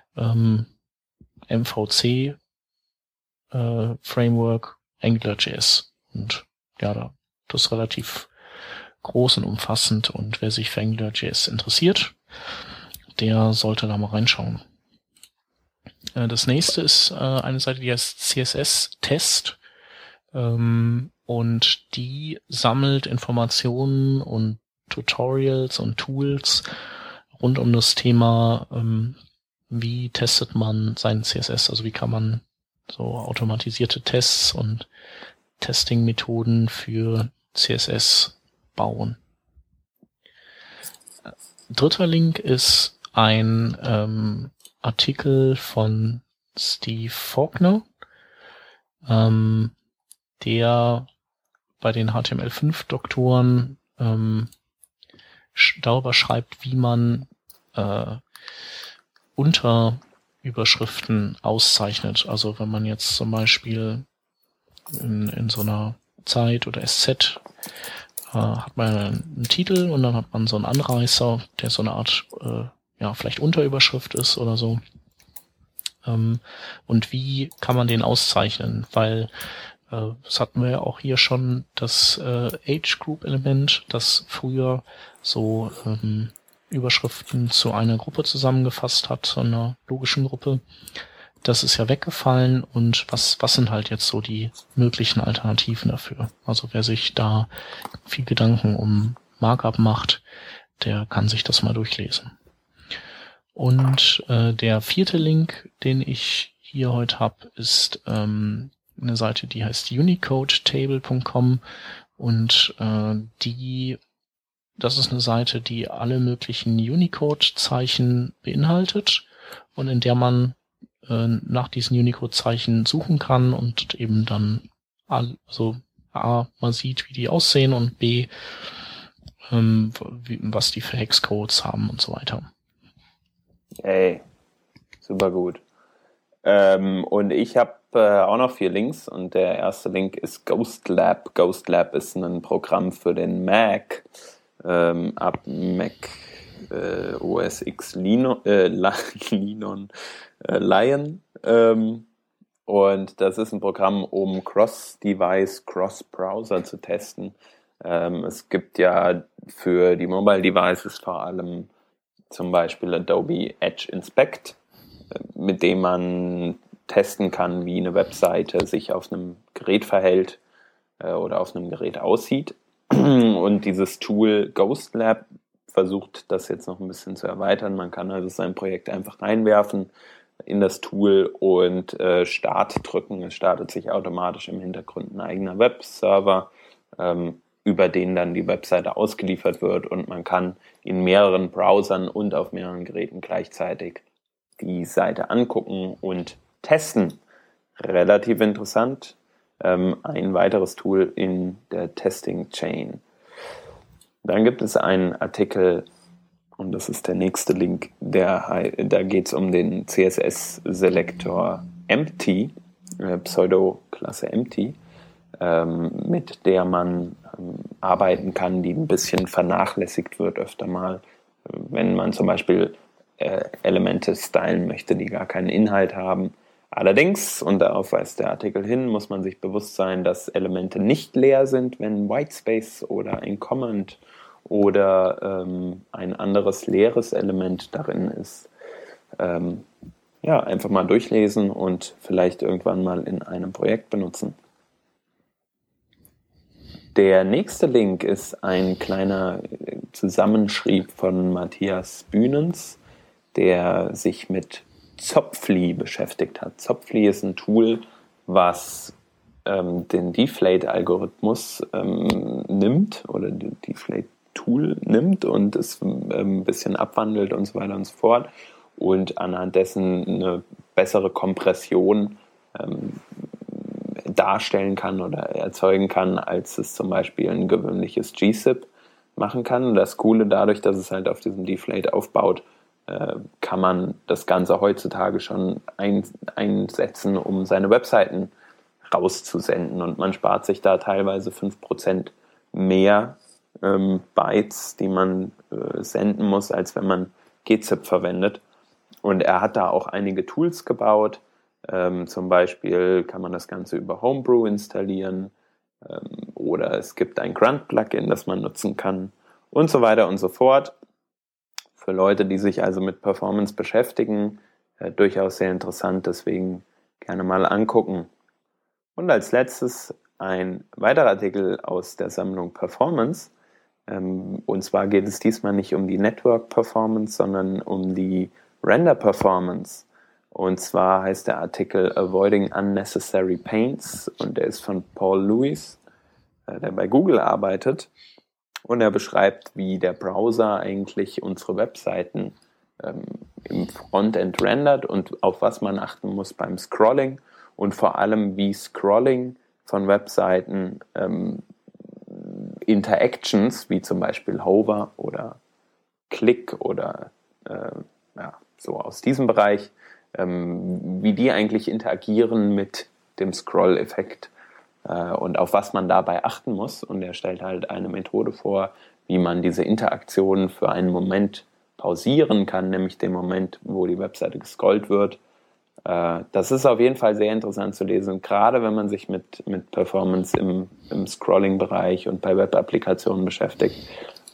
Speaker 1: MVC Framework AngularJS. Und ja, das ist relativ groß und umfassend und wer sich für AngularJS interessiert, der sollte da mal reinschauen. Das nächste ist eine Seite, die heißt CSS-Test und die sammelt Informationen und Tutorials und Tools rund um das Thema, wie testet man seinen CSS, also wie kann man so automatisierte Tests und Testing-Methoden für CSS bauen. Dritter Link ist ein Artikel von Steve Faulkner, der bei den HTML5-Doktoren darüber schreibt, wie man Unterüberschriften auszeichnet. Also wenn man jetzt zum Beispiel in so einer Zeit oder SZ hat man einen Titel und dann hat man so einen Anreißer, der so eine Art vielleicht Unterüberschrift ist oder so. Und wie kann man den auszeichnen? Weil das hatten wir ja auch hier schon, das Age-Group-Element, das früher so Überschriften zu einer Gruppe zusammengefasst hat, zu einer logischen Gruppe. Das ist ja weggefallen und was sind halt jetzt so die möglichen Alternativen dafür? Also wer sich da viel Gedanken um Markup macht, der kann sich das mal durchlesen. Und der vierte Link, den ich hier heute habe, ist eine Seite, die heißt unicodetable.com und das ist eine Seite, die alle möglichen Unicode-Zeichen beinhaltet und in der man nach diesen Unicode-Zeichen suchen kann und eben dann also A, man sieht, wie die aussehen und B, was die für Hexcodes haben und so weiter.
Speaker 2: Ey, super gut. Und ich habe auch noch 4 Links und der erste Link ist Ghostlab. Ghostlab ist ein Programm für den Mac, ab Mac OS X Lion. Und das ist ein Programm, um Cross-Device, Cross-Browser zu testen. Es gibt ja für die Mobile Devices vor allem zum Beispiel Adobe Edge Inspect, mit dem man testen kann, wie eine Webseite sich auf einem Gerät verhält oder auf einem Gerät aussieht. Und dieses Tool Ghost Lab versucht das jetzt noch ein bisschen zu erweitern. Man kann also sein Projekt einfach reinwerfen in das Tool und Start drücken. Es startet sich automatisch im Hintergrund ein eigener Webserver, über den dann die Webseite ausgeliefert wird, und man kann in mehreren Browsern und auf mehreren Geräten gleichzeitig die Seite angucken und testen. Relativ interessant. Ein weiteres Tool in der Testing Chain. Dann gibt es einen Artikel, und das ist der nächste Link, da geht es um den CSS-Selektor Empty, Pseudo-Klasse Empty, mit der man arbeiten kann, die ein bisschen vernachlässigt wird öfter mal, wenn man zum Beispiel Elemente stylen möchte, die gar keinen Inhalt haben. Allerdings, und darauf weist der Artikel hin, muss man sich bewusst sein, dass Elemente nicht leer sind, wenn Whitespace oder ein Comment oder ein anderes leeres Element darin ist. Einfach mal durchlesen und vielleicht irgendwann mal in einem Projekt benutzen. Der nächste Link ist ein kleiner Zusammenschrieb von Matthias Bühnens, der sich mit Zopfli beschäftigt hat. Zopfli ist ein Tool, was den Deflate-Algorithmus nimmt oder den Deflate-Tool nimmt und es ein bisschen abwandelt und so weiter und so fort und anhand dessen eine bessere Kompression darstellen kann oder erzeugen kann, als es zum Beispiel ein gewöhnliches gzip machen kann. Und das Coole dadurch, dass es halt auf diesem Deflate aufbaut, kann man das Ganze heutzutage schon einsetzen, um seine Webseiten rauszusenden. Und man spart sich da teilweise 5% mehr Bytes, die man senden muss, als wenn man gzip verwendet. Und er hat da auch einige Tools gebaut. Zum Beispiel kann man das Ganze über Homebrew installieren oder es gibt ein Grunt-Plugin, das man nutzen kann und so weiter und so fort. Für Leute, die sich also mit Performance beschäftigen, durchaus sehr interessant, deswegen gerne mal angucken. Und als letztes ein weiterer Artikel aus der Sammlung Performance. Und zwar geht es diesmal nicht um die Network Performance, sondern um die Render Performance. Und zwar heißt der Artikel Avoiding Unnecessary Pains und der ist von Paul Lewis, der bei Google arbeitet. Und er beschreibt, wie der Browser eigentlich unsere Webseiten im Frontend rendert und auf was man achten muss beim Scrolling und vor allem, wie Scrolling von Webseiten Interactions, wie zum Beispiel Hover oder Klick oder so aus diesem Bereich, wie die eigentlich interagieren mit dem Scroll-Effekt und auf was man dabei achten muss. Und er stellt halt eine Methode vor, wie man diese Interaktionen für einen Moment pausieren kann, nämlich den Moment, wo die Webseite gescrollt wird. Das ist auf jeden Fall sehr interessant zu lesen, gerade wenn man sich mit Performance im Scrolling-Bereich und bei Web-Applikationen beschäftigt.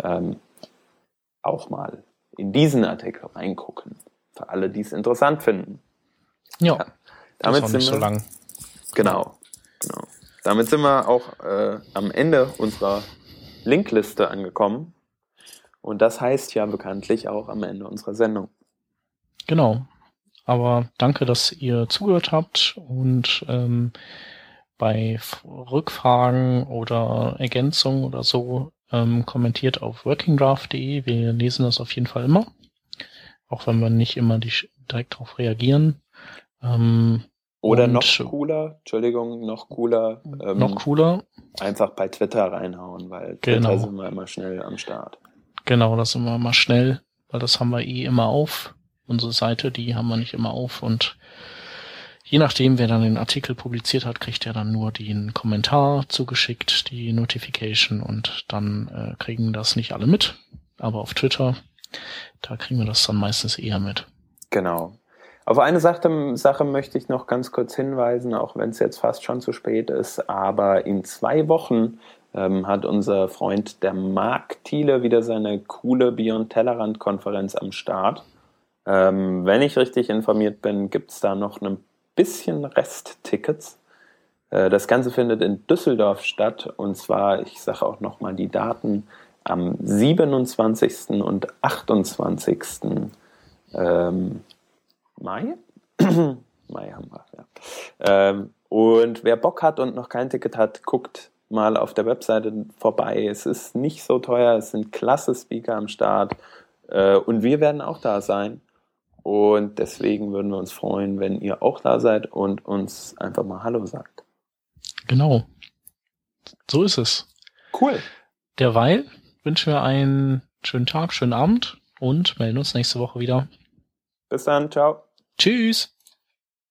Speaker 2: Auch mal in diesen Artikel reingucken. Für alle, die es interessant finden.
Speaker 1: Ja,
Speaker 2: damit
Speaker 1: ist auch nicht so lang.
Speaker 2: Genau. Damit sind wir auch am Ende unserer Linkliste angekommen. Und das heißt ja bekanntlich auch am Ende unserer Sendung.
Speaker 1: Genau. Aber danke, dass ihr zugehört habt und bei Rückfragen oder Ergänzungen oder so kommentiert auf workingdraft.de. Wir lesen das auf jeden Fall immer. Auch wenn wir nicht immer direkt darauf reagieren.
Speaker 2: Oder noch cooler.
Speaker 1: Noch cooler.
Speaker 2: Einfach bei Twitter reinhauen, weil Twitter sind wir immer schnell am Start.
Speaker 1: Genau, das sind wir immer schnell, weil das haben wir immer auf. Unsere Seite, die haben wir nicht immer auf. Und je nachdem, wer dann den Artikel publiziert hat, kriegt er dann nur den Kommentar zugeschickt, die Notification. Und dann kriegen das nicht alle mit. Aber auf Twitter, da kriegen wir das dann meistens eher mit.
Speaker 2: Genau. Auf eine Sache möchte ich noch ganz kurz hinweisen, auch wenn es jetzt fast schon zu spät ist, aber in 2 Wochen hat unser Freund der Marc Thiele wieder seine coole Beyond Tellerrand-Konferenz am Start. Wenn ich richtig informiert bin, gibt es da noch ein bisschen Resttickets. Das Ganze findet in Düsseldorf statt und zwar, ich sage auch nochmal die Daten, am 27. und 28. Mai? Mai haben wir, ja. Und wer Bock hat und noch kein Ticket hat, guckt mal auf der Webseite vorbei. Es ist nicht so teuer, es sind klasse Speaker am Start und wir werden auch da sein. Und deswegen würden wir uns freuen, wenn ihr auch da seid und uns einfach mal Hallo sagt.
Speaker 1: Genau. So ist es.
Speaker 2: Cool.
Speaker 1: Derweil wünschen wir einen schönen Tag, schönen Abend und melden uns nächste Woche wieder.
Speaker 2: Bis dann, ciao.
Speaker 1: Tschüss.